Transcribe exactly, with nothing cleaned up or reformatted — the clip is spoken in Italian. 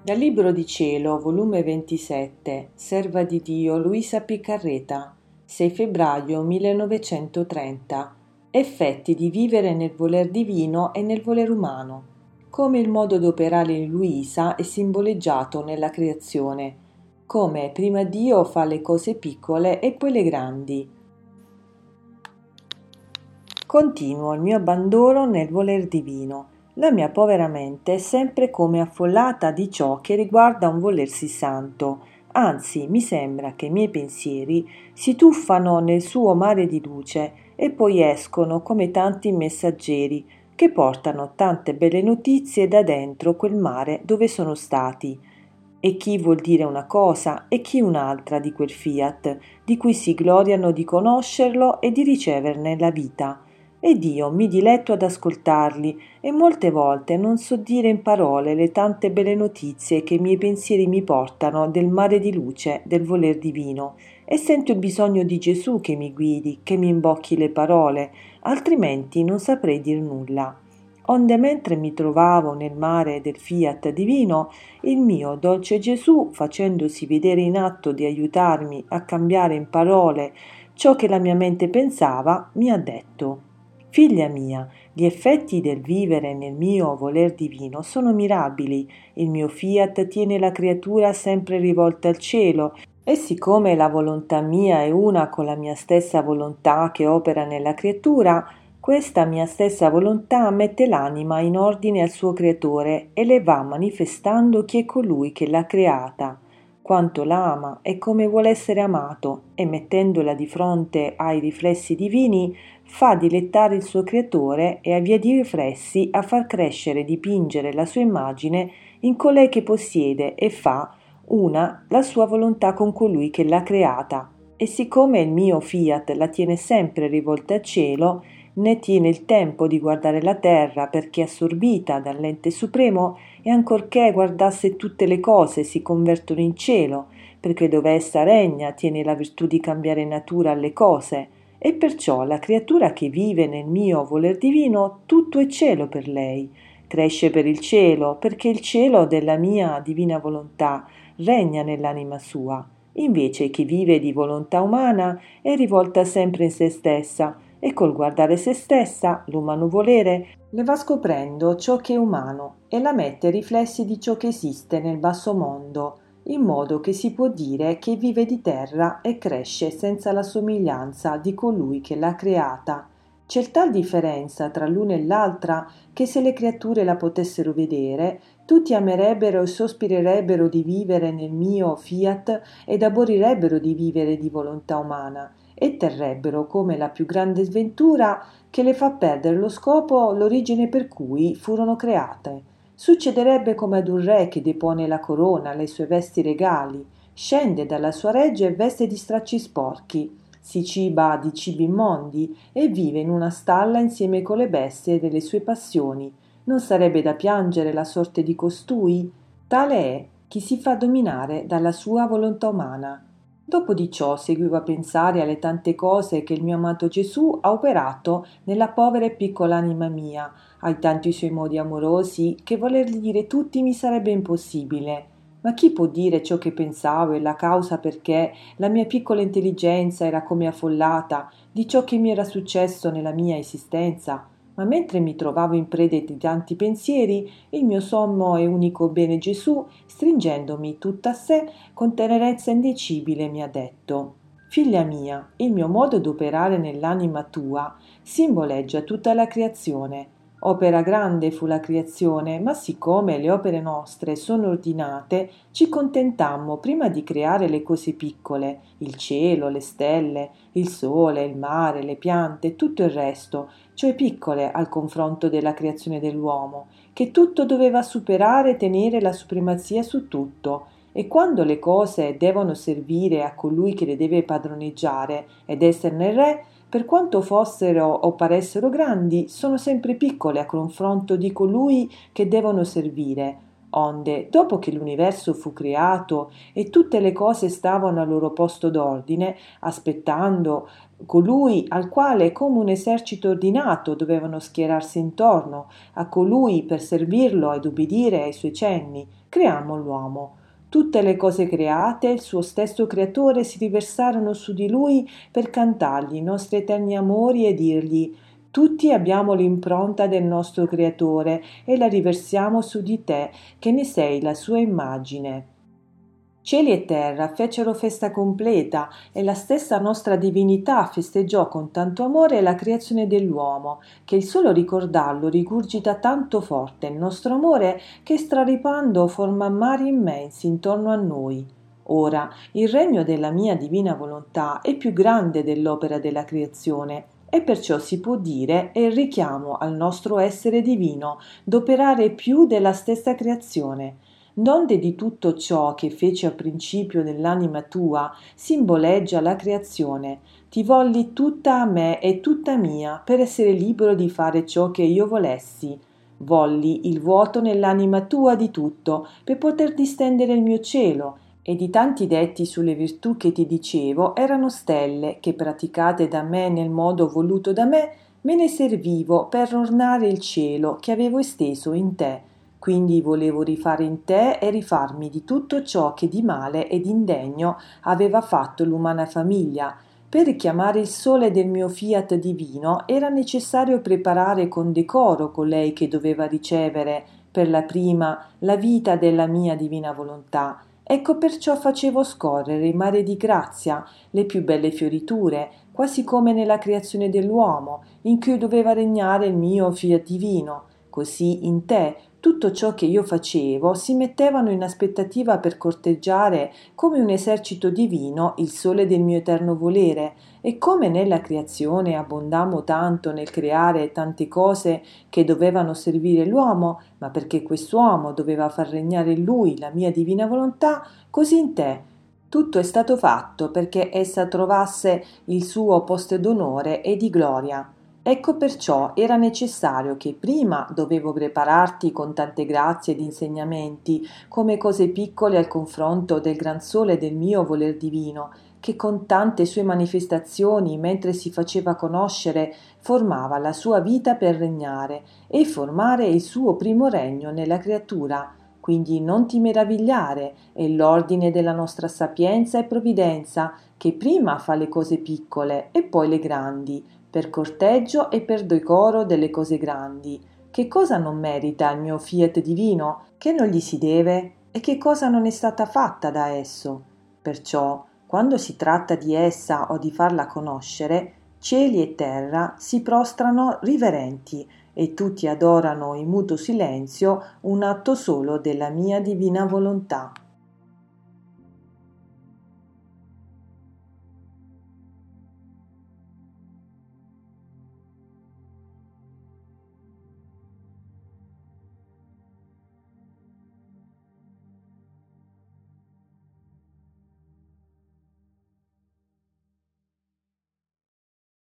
Dal Libro di Cielo, volume ventisette, Serva di Dio Luisa Piccarreta, sei febbraio millenovecentotrenta. Effetti di vivere nel voler divino e nel voler umano. Come il modo d'operare in Luisa è simboleggiato nella creazione. Come prima Dio fa le cose piccole e poi le grandi. Continuo il mio abbandono nel voler divino. La mia povera mente è sempre come affollata di ciò che riguarda un volersi santo, anzi mi sembra che i miei pensieri si tuffano nel suo mare di luce e poi escono come tanti messaggeri che portano tante belle notizie da dentro quel mare dove sono stati. E chi vuol dire una cosa e chi un'altra di quel fiat, di cui si gloriano di conoscerlo e di riceverne la vita. Ed io mi diletto ad ascoltarli e molte volte non so dire in parole le tante belle notizie che i miei pensieri mi portano del mare di luce, del voler divino, e sento il bisogno di Gesù che mi guidi, che mi imbocchi le parole, altrimenti non saprei dir nulla. Onde mentre mi trovavo nel mare del fiat divino, il mio dolce Gesù, facendosi vedere in atto di aiutarmi a cambiare in parole ciò che la mia mente pensava, mi ha detto: Figlia mia, gli effetti del vivere nel mio voler divino sono mirabili. Il mio fiat tiene la creatura sempre rivolta al cielo, e siccome la volontà mia è una con la mia stessa volontà che opera nella creatura, questa mia stessa volontà mette l'anima in ordine al suo creatore e le va manifestando chi è colui che l'ha creata, quanto l'ama e come vuole essere amato, e mettendola di fronte ai riflessi divini fa dilettare il suo creatore e a via di riflessi a far crescere e dipingere la sua immagine in colei che possiede e fa una la sua volontà con colui che l'ha creata. E siccome il mio fiat la tiene sempre rivolta al cielo, né tiene il tempo di guardare la terra perché è assorbita dall'ente supremo, e ancorché guardasse tutte le cose si convertono in cielo, perché dove essa regna tiene la virtù di cambiare natura alle cose, e perciò la creatura che vive nel mio voler divino tutto è cielo per lei, cresce per il cielo, perché il cielo della mia divina volontà regna nell'anima sua, invece chi vive di volontà umana è rivolta sempre in se stessa, e col guardare se stessa, l'umano volere, le va scoprendo ciò che è umano e la mette ai riflessi di ciò che esiste nel basso mondo, in modo che si può dire che vive di terra e cresce senza la somiglianza di colui che l'ha creata. C'è tal differenza tra l'una e l'altra che se le creature la potessero vedere, tutti amerebbero e sospirerebbero di vivere nel mio fiat ed aborrirebbero di vivere di volontà umana, e terrebbero come la più grande sventura che le fa perdere lo scopo, l'origine per cui furono create. Succederebbe come ad un re che depone la corona, le sue vesti regali, scende dalla sua reggia e veste di stracci sporchi, si ciba di cibi immondi e vive in una stalla insieme con le bestie delle sue passioni. Non sarebbe da piangere la sorte di costui? Tale è chi si fa dominare dalla sua volontà umana. Dopo di ciò seguivo a pensare alle tante cose che il mio amato Gesù ha operato nella povera e piccola anima mia, ai tanti suoi modi amorosi che volerli dire tutti mi sarebbe impossibile. Ma chi può dire ciò che pensavo e la causa perché la mia piccola intelligenza era come affollata di ciò che mi era successo nella mia esistenza? Ma mentre mi trovavo in preda di tanti pensieri, il mio sommo e unico bene Gesù, stringendomi tutta a sé, con tenerezza indicibile mi ha detto: Figlia mia, il mio modo d'operare nell'anima tua simboleggia tutta la creazione. Opera grande fu la creazione, ma siccome le opere nostre sono ordinate, ci contentammo prima di creare le cose piccole, il cielo, le stelle, il sole, il mare, le piante e tutto il resto, cioè piccole al confronto della creazione dell'uomo, che tutto doveva superare e tenere la supremazia su tutto. E quando le cose devono servire a colui che le deve padroneggiare ed esserne re, per quanto fossero o paressero grandi, sono sempre piccole a confronto di colui che devono servire. Onde, dopo che l'universo fu creato e tutte le cose stavano al loro posto d'ordine, aspettando colui al quale come un esercito ordinato dovevano schierarsi intorno, a colui per servirlo ed ubbidire ai suoi cenni, creammo l'uomo. Tutte le cose create, il suo stesso creatore, si riversarono su di lui per cantargli i nostri eterni amori e dirgli: tutti abbiamo l'impronta del nostro creatore e la riversiamo su di te, che ne sei la sua immagine. Cieli e terra fecero festa completa e la stessa nostra divinità festeggiò con tanto amore la creazione dell'uomo, che il solo ricordarlo rigurgita tanto forte il nostro amore che straripando forma mari immensi intorno a noi. Ora, il regno della mia divina volontà è più grande dell'opera della creazione, e perciò si può dire è il richiamo al nostro essere divino d'operare più della stessa creazione. Donde di tutto ciò che fece a principio nell'anima tua simboleggia la creazione, ti volli tutta a me e tutta mia per essere libero di fare ciò che io volessi. Volli il vuoto nell'anima tua di tutto per poter distendere il mio cielo, e di tanti detti sulle virtù che ti dicevo erano stelle che, praticate da me nel modo voluto da me, me ne servivo per ornare il cielo che avevo esteso in te. Quindi volevo rifare in te e rifarmi di tutto ciò che di male ed indegno aveva fatto l'umana famiglia. Per richiamare il sole del mio fiat divino era necessario preparare con decoro colei che doveva ricevere per la prima la vita della mia divina volontà. Ecco perciò facevo scorrere in mare di grazia le più belle fioriture, quasi come nella creazione dell'uomo, in cui doveva regnare il mio fiat divino. Così in te tutto ciò che io facevo si mettevano in aspettativa per corteggiare come un esercito divino il sole del mio eterno volere, e come nella creazione abbondammo tanto nel creare tante cose che dovevano servire l'uomo, ma perché quest'uomo doveva far regnare in lui la mia divina volontà, così in te tutto è stato fatto perché essa trovasse il suo posto d'onore e di gloria. Ecco perciò era necessario che prima dovevo prepararti con tante grazie ed insegnamenti, come cose piccole al confronto del gran sole del mio voler divino, che con tante sue manifestazioni, mentre si faceva conoscere, formava la sua vita per regnare e formare il suo primo regno nella creatura. Quindi non ti meravigliare, è l'ordine della nostra sapienza e provvidenza, che prima fa le cose piccole e poi le grandi, per corteggio e per decoro delle cose grandi. Che cosa non merita il mio fiat divino? Che non gli si deve? E che cosa non è stata fatta da esso? Perciò, quando si tratta di essa o di farla conoscere, cieli e terra si prostrano riverenti e tutti adorano in muto silenzio un atto solo della mia divina volontà.